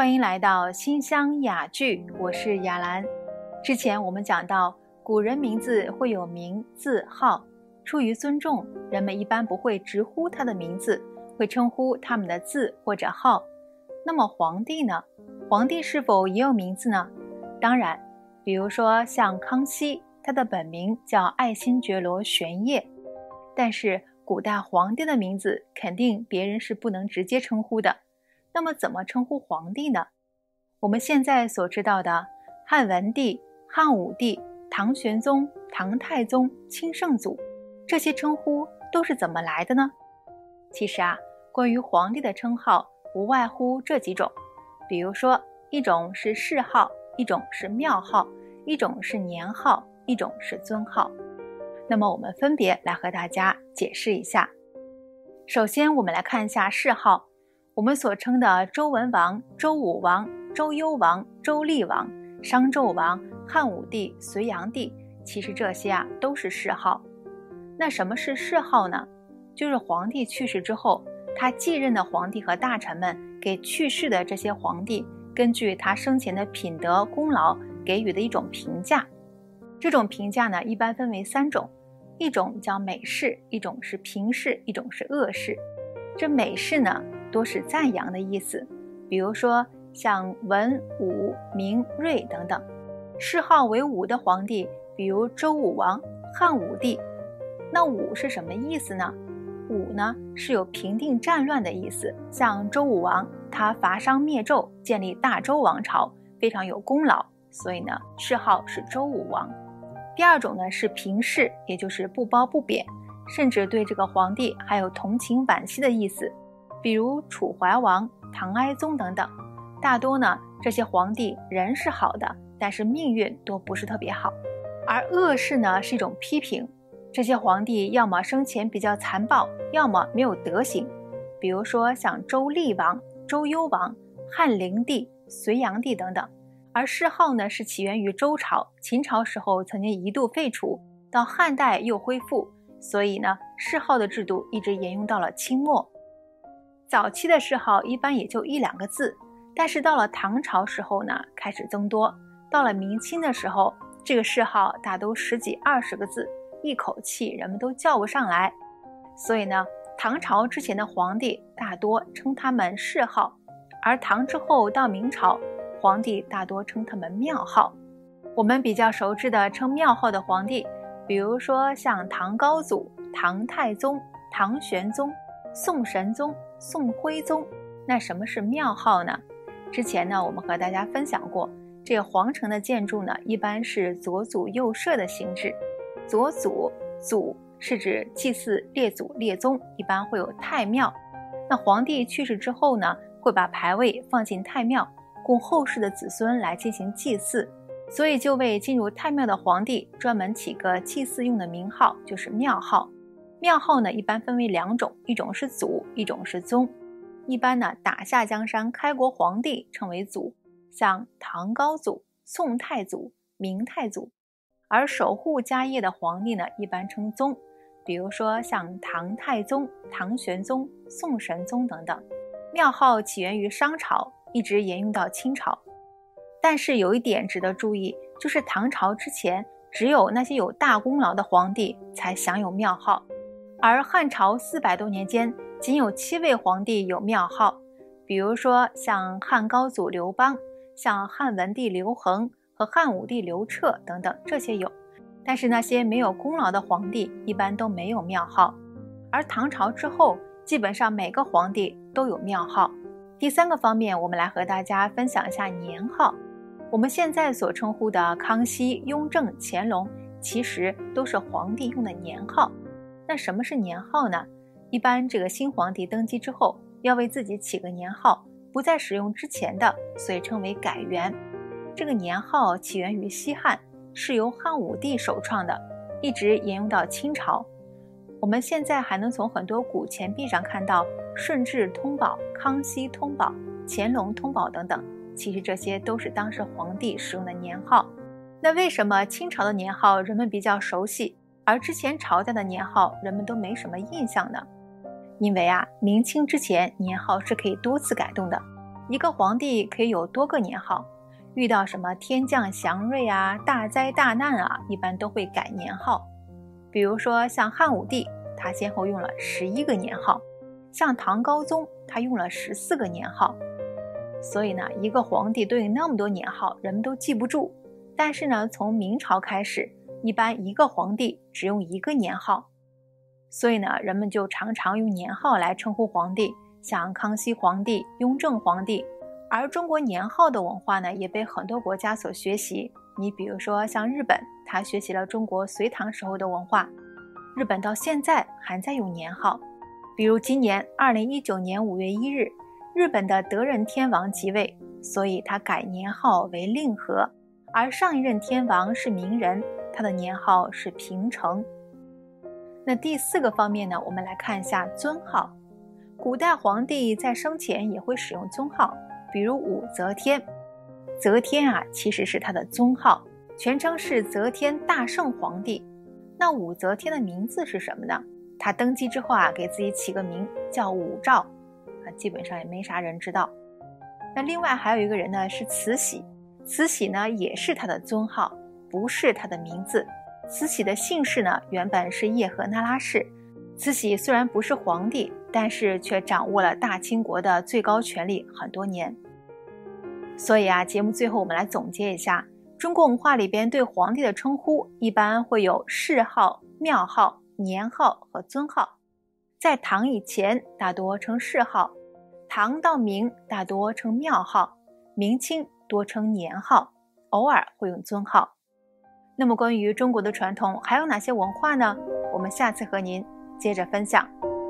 欢迎来到馨香雅聚，我是雅兰。之前我们讲到，古人名字会有名、字、号，出于尊重，人们一般不会直呼他的名字，会称呼他们的字或者号。那么皇帝呢？皇帝是否也有名字呢？当然，比如说像康熙，他的本名叫爱新觉罗玄烨，但是古代皇帝的名字肯定别人是不能直接称呼的。那么怎么称呼皇帝呢？我们现在所知道的汉文帝、汉武帝、唐玄宗、唐太宗、清圣祖，这些称呼都是怎么来的呢？其实关于皇帝的称号无外乎这几种，比如说一种是谥号，一种是庙号，一种是年号，一种是尊号。那么我们分别来和大家解释一下。首先我们来看一下谥号。我们所称的周文王、周武王、周幽王、周厉王、商纣王、汉武帝、隋炀帝，其实这些都是谥号。那什么是谥号呢？就是皇帝去世之后，他继任的皇帝和大臣们给去世的这些皇帝，根据他生前的品德功劳给予的一种评价。这种评价呢，一般分为3种，一种叫美谥，一种是平谥，一种是恶谥。这美谥呢，多是赞扬的意思，比如说像文、武、明、睿等等。谥号为武的皇帝，比如周武王、汉武帝。那武是什么意思呢？武呢，是有平定战乱的意思，像周武王，他伐商灭纣，建立大周王朝，非常有功劳，所以呢，谥号是周武王。第二种呢是平谥，也就是不褒不贬，甚至对这个皇帝还有同情惋惜的意思，比如楚怀王、唐哀宗等等。大多呢，这些皇帝人是好的，但是命运都不是特别好。而恶谥呢，是一种批评，这些皇帝要么生前比较残暴，要么没有德行，比如说像周厉王、周幽王、汉灵帝、隋炀帝等等。而谥号呢，是起源于周朝，秦朝时候曾经一度废除，到汉代又恢复，所以呢，谥号的制度一直沿用到了清末。早期的谥号一般也就1、2个字，但是到了唐朝时候呢，开始增多，到了明清的时候，这个谥号大都10几20个字，一口气人们都叫不上来。所以呢，唐朝之前的皇帝大多称他们谥号，而唐之后到明朝，皇帝大多称他们庙号。我们比较熟知的称庙号的皇帝，比如说像唐高祖、唐太宗、唐玄宗、宋神宗、宋徽宗。那什么是庙号呢？之前呢，我们和大家分享过，这个皇城的建筑呢，一般是左祖右社的形制。左祖，祖是指祭祀列祖列宗，一般会有太庙。那皇帝去世之后呢，会把牌位放进太庙，供后世的子孙来进行祭祀，所以就为进入太庙的皇帝专门起个祭祀用的名号，就是庙号。庙号呢，一般分为2种，一种是祖，一种是宗。一般呢，打下江山开国皇帝称为祖，像唐高祖、宋太祖、明太祖。而守护家业的皇帝呢，一般称宗，比如说像唐太宗、唐玄宗、宋神宗等等。庙号起源于商朝，一直沿用到清朝。但是有一点值得注意，就是唐朝之前，只有那些有大功劳的皇帝才享有庙号，而汉朝400多年间，仅有7位皇帝有庙号，比如说像汉高祖刘邦，像汉文帝刘恒和汉武帝刘彻等等，这些有。但是那些没有功劳的皇帝一般都没有庙号。而唐朝之后，基本上每个皇帝都有庙号。第3个方面，我们来和大家分享一下年号。我们现在所称呼的康熙、雍正、乾隆，其实都是皇帝用的年号。那什么是年号呢？一般这个新皇帝登基之后，要为自己起个年号，不再使用之前的，所以称为改元。这个年号起源于西汉，是由汉武帝首创的，一直沿用到清朝。我们现在还能从很多古钱币上看到顺治通宝、康熙通宝、乾隆通宝等等，其实这些都是当时皇帝使用的年号。那为什么清朝的年号人们比较熟悉，而之前朝代的年号人们都没什么印象呢？因为明清之前年号是可以多次改动的， 一个皇帝可以有多个年号，遇到什么天降祥瑞啊、大灾大难啊，一般都会改年号。比如说像汉武帝，他先后用了11个年号，像唐高宗，他用了14个年号。所以呢，一个皇帝对应那么多年号，人们都记不住。但是呢，从明朝开始，一般一个皇帝只用1个年号，所以呢，人们就常常用年号来称呼皇帝，像康熙皇帝、雍正皇帝。而中国年号的文化呢，也被很多国家所学习。你比如说像日本，它学习了中国隋唐时候的文化，日本到现在还在用年号。比如今年2019年5月1日，日本的德仁天王即位，所以他改年号为令和，而上一任天王是明仁，他的年号是平成。那第4个方面呢，我们来看一下尊号。古代皇帝在生前也会使用尊号，比如武则天。则天啊，其实是他的尊号，全称是则天大圣皇帝。那武则天的名字是什么呢？他登基之后啊，给自己起个名叫武曌，基本上也没啥人知道。那另外还有一个人呢是慈禧，慈禧呢也是他的尊号，不是他的名字。慈禧的姓氏呢原本是叶赫那拉氏。慈禧虽然不是皇帝，但是却掌握了大清国的最高权力很多年。所以啊，节目最后我们来总结一下，中国文化里边对皇帝的称呼一般会有谥号、庙号、年号和尊号。在唐以前大多称谥号，唐到明大多称庙号，明清多称年号，偶尔会用尊号。那么关于中国的传统还有哪些文化呢？我们下次和您接着分享。